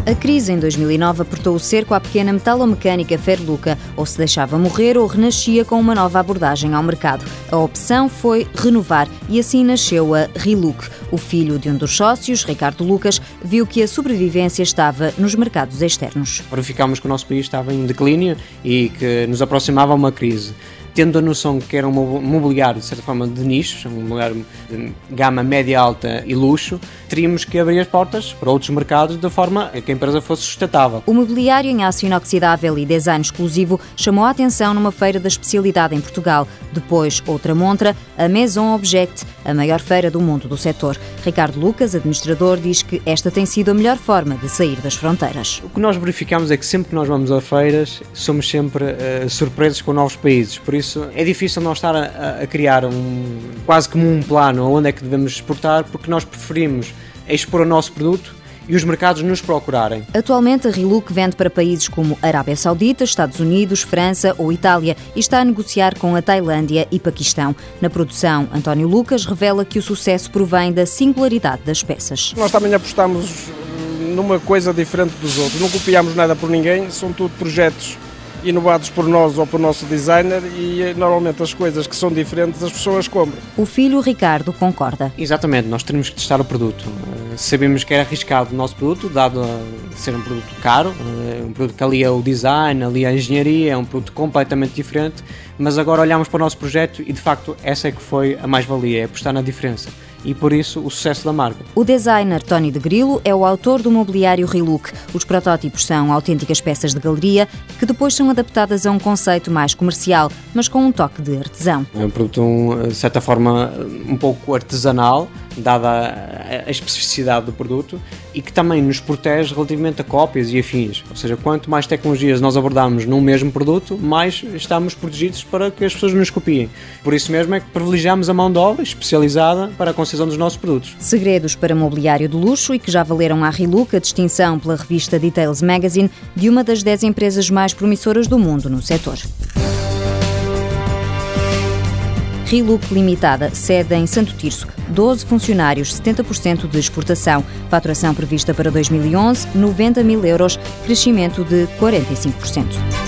A crise em 2009 apertou o cerco à pequena metalomecânica Ferluca, ou se deixava morrer ou renascia com uma nova abordagem ao mercado. A opção foi renovar e assim nasceu a Riluc. O filho de um dos sócios, Ricardo Lucas, viu que a sobrevivência estava nos mercados externos. Verificámos que o nosso país estava em declínio e que nos aproximava a uma crise. Tendo a noção que era um mobiliário, de certa forma, de nichos, um mobiliário de gama média-alta e luxo, teríamos que abrir as portas para outros mercados de forma a que a empresa fosse sustentável. O mobiliário em aço inoxidável e design exclusivo chamou a atenção numa feira da especialidade em Portugal. Depois, outra montra, a Maison Object, a maior feira do mundo do setor. Ricardo Lucas, administrador, diz que esta tem sido a melhor forma de sair das fronteiras. O que nós verificamos é que sempre que nós vamos a feiras, somos sempre surpresos com novos países. Por isso, é difícil nós estar a criar quase como um plano onde é que devemos exportar, porque nós preferimos expor o nosso produto e os mercados nos procurarem. Atualmente, a Riluc vende para países como Arábia Saudita, Estados Unidos, França ou Itália e está a negociar com a Tailândia e Paquistão. Na produção, António Lucas revela que o sucesso provém da singularidade das peças. Nós também apostamos numa coisa diferente dos outros. Não copiamos nada por ninguém, são tudo projetos inovados por nós ou por nosso designer e normalmente as coisas que são diferentes as pessoas compram. O filho Ricardo concorda. Exatamente, nós temos que testar o produto. Sabemos que é arriscado o nosso produto, dado a ser um produto caro, um produto que ali é o design, ali é a engenharia, é um produto completamente diferente, mas agora olhamos para o nosso projeto e de facto essa é que foi a mais-valia, é apostar na diferença. E por isso o sucesso da marca. O designer Tony de Grilo é o autor do mobiliário Riluc. Os protótipos são autênticas peças de galeria que depois são adaptadas a um conceito mais comercial, mas com um toque de artesão. É um produto, de certa forma, um pouco artesanal, dada a especificidade do produto e que também nos protege relativamente a cópias e afins. Ou seja, quanto mais tecnologias nós abordarmos num mesmo produto, mais estamos protegidos para que as pessoas nos copiem. Por isso mesmo é que privilegiamos a mão de obra especializada para a concessão dos nossos produtos. Segredos para mobiliário de luxo e que já valeram à Riluc a distinção pela revista Details Magazine de uma das 10 empresas mais promissoras do mundo no setor. Riluc Limitada, sede em Santo Tirso, 12 funcionários, 70% de exportação. Faturação prevista para 2011, 90 mil euros, crescimento de 45%.